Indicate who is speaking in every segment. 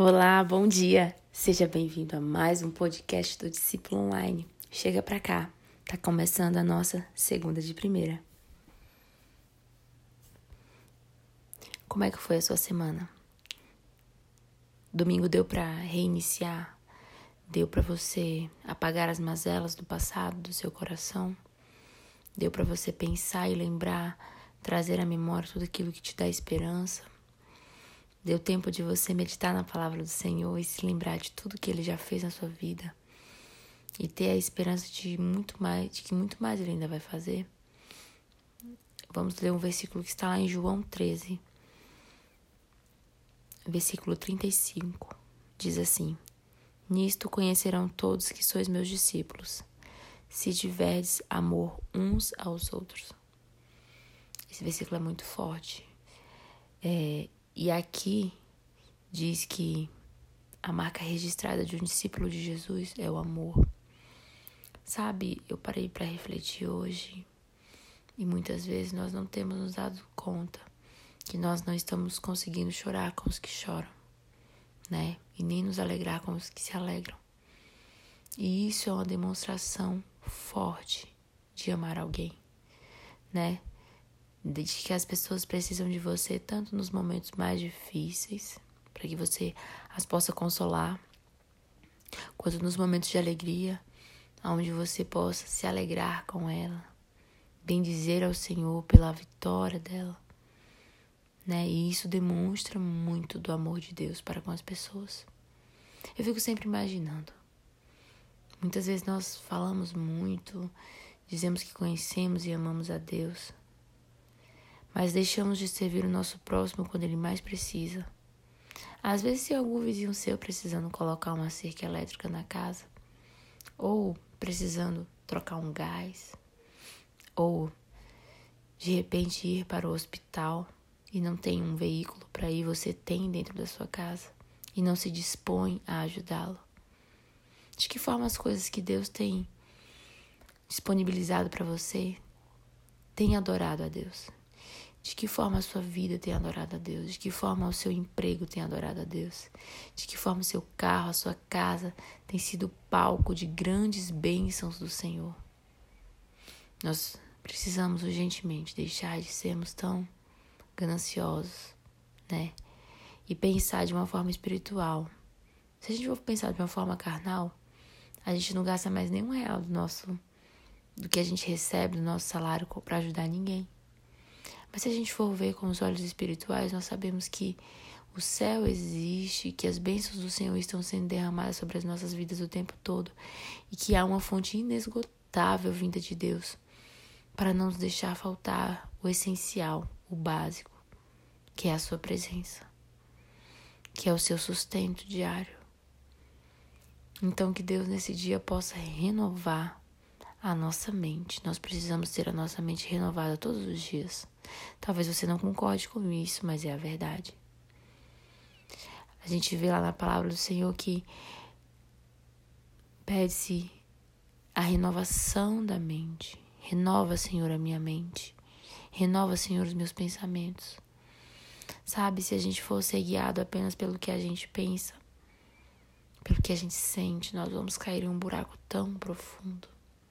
Speaker 1: Olá, bom dia! Seja bem-vindo a mais um podcast do Discípulo Online. Chega pra cá, tá começando a nossa segunda de primeira. Como é que foi a sua semana? Domingo deu pra reiniciar? Deu pra você apagar as mazelas do passado do seu coração? Deu pra você pensar e lembrar, trazer à memória tudo aquilo que te dá esperança? Deu tempo de você meditar na palavra do Senhor e se lembrar de tudo que Ele já fez na sua vida e ter a esperança de que muito mais Ele ainda vai fazer? Vamos ler um versículo que está lá em João 13, versículo 35. Diz assim: Nisto conhecerão todos que sois meus discípulos, se tiverdes amor uns aos outros. Esse versículo é muito forte. E aqui diz que a marca registrada de um discípulo de Jesus é o amor. Sabe, eu parei para refletir hoje e muitas vezes nós não temos nos dado conta que nós não estamos conseguindo chorar com os que choram, né? E nem nos alegrar com os que se alegram. E isso é uma demonstração forte de amar alguém, né? De que as pessoas precisam de você tanto nos momentos mais difíceis, para que você as possa consolar, quanto nos momentos de alegria, onde você possa se alegrar com ela, bendizer ao Senhor pela vitória dela, né? E isso demonstra muito do amor de Deus para com as pessoas. Eu fico sempre imaginando. Muitas vezes nós falamos muito, dizemos que conhecemos e amamos a Deus, mas deixamos de servir o nosso próximo quando ele mais precisa. Às vezes, se algum vizinho seu precisando colocar uma cerca elétrica na casa, ou precisando trocar um gás, ou de repente ir para o hospital e não tem um veículo para ir, você tem dentro da sua casa e não se dispõe a ajudá-lo. De que forma as coisas que Deus tem disponibilizado para você tem adorado a Deus? De que forma a sua vida tem adorado a Deus? De que forma o seu emprego tem adorado a Deus? De que forma o seu carro, a sua casa tem sido palco de grandes bênçãos do Senhor? Nós precisamos urgentemente deixar de sermos tão gananciosos, né? E pensar de uma forma espiritual. Se a gente for pensar de uma forma carnal, a gente não gasta mais nenhum real do que a gente recebe do nosso salário para ajudar ninguém. Mas se a gente for ver com os olhos espirituais, nós sabemos que o céu existe, que as bênçãos do Senhor estão sendo derramadas sobre as nossas vidas o tempo todo e que há uma fonte inesgotável vinda de Deus para não nos deixar faltar o essencial, o básico, que é a sua presença, que é o seu sustento diário. Então que Deus nesse dia possa renovar a nossa mente. Nós precisamos ter a nossa mente renovada todos os dias. Talvez você não concorde com isso, mas é a verdade. A gente vê lá na palavra do Senhor que pede-se a renovação da mente. Renova, Senhor, a minha mente. Renova, Senhor, os meus pensamentos. Sabe, se a gente for ser guiado apenas pelo que a gente pensa, pelo que a gente sente, nós vamos cair em um buraco tão profundo.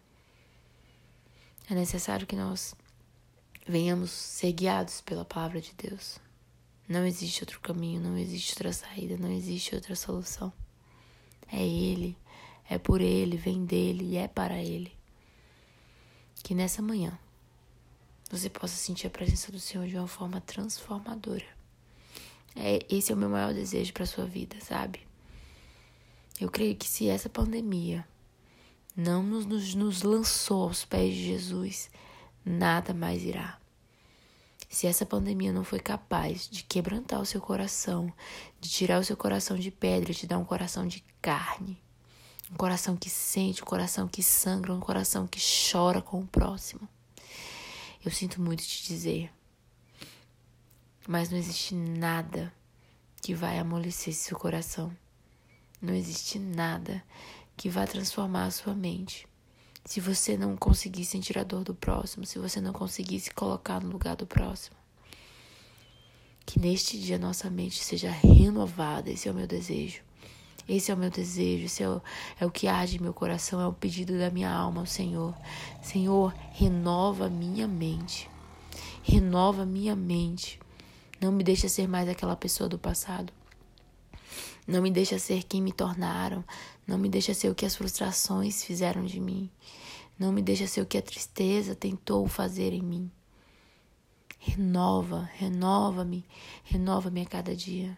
Speaker 1: É necessário que nós venhamos ser guiados pela palavra de Deus. Não existe outro caminho, não existe outra saída, não existe outra solução. É Ele, é por Ele, vem dEle e é para Ele. Que nessa manhã você possa sentir a presença do Senhor de uma forma transformadora. Esse é o meu maior desejo para a sua vida, sabe? Eu creio que se essa pandemia não nos lançou aos pés de Jesus, nada mais irá. Se essa pandemia não foi capaz de quebrantar o seu coração, de tirar o seu coração de pedra, de dar um coração de carne, um coração que sente, um coração que sangra, um coração que chora com o próximo, eu sinto muito te dizer, mas não existe nada que vai amolecer seu coração. Não existe nada que vai transformar a sua mente. Se você não conseguir sentir a dor do próximo, se você não conseguir se colocar no lugar do próximo. Que neste dia nossa mente seja renovada. Esse é o meu desejo. Esse é o meu desejo, esse é o que arde em meu coração, é o pedido da minha alma ao Senhor. Senhor, renova minha mente. Renova minha mente. Não me deixa ser mais aquela pessoa do passado. Não me deixa ser quem me tornaram. Não me deixa ser o que as frustrações fizeram de mim. Não me deixa ser o que a tristeza tentou fazer em mim. Renova-me a cada dia.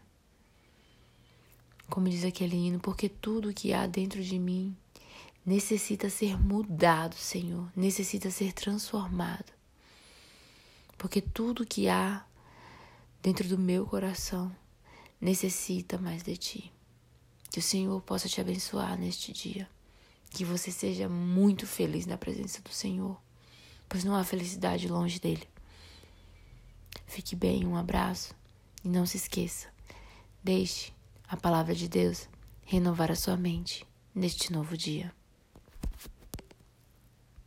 Speaker 1: Como diz aquele hino, porque tudo que há dentro de mim necessita ser mudado, Senhor. Necessita ser transformado. Porque tudo que há dentro do meu coração necessita mais de Ti. Que o Senhor possa te abençoar neste dia. Que você seja muito feliz na presença do Senhor, pois não há felicidade longe dEle. Fique bem, um abraço e não se esqueça, deixe a palavra de Deus renovar a sua mente neste novo dia.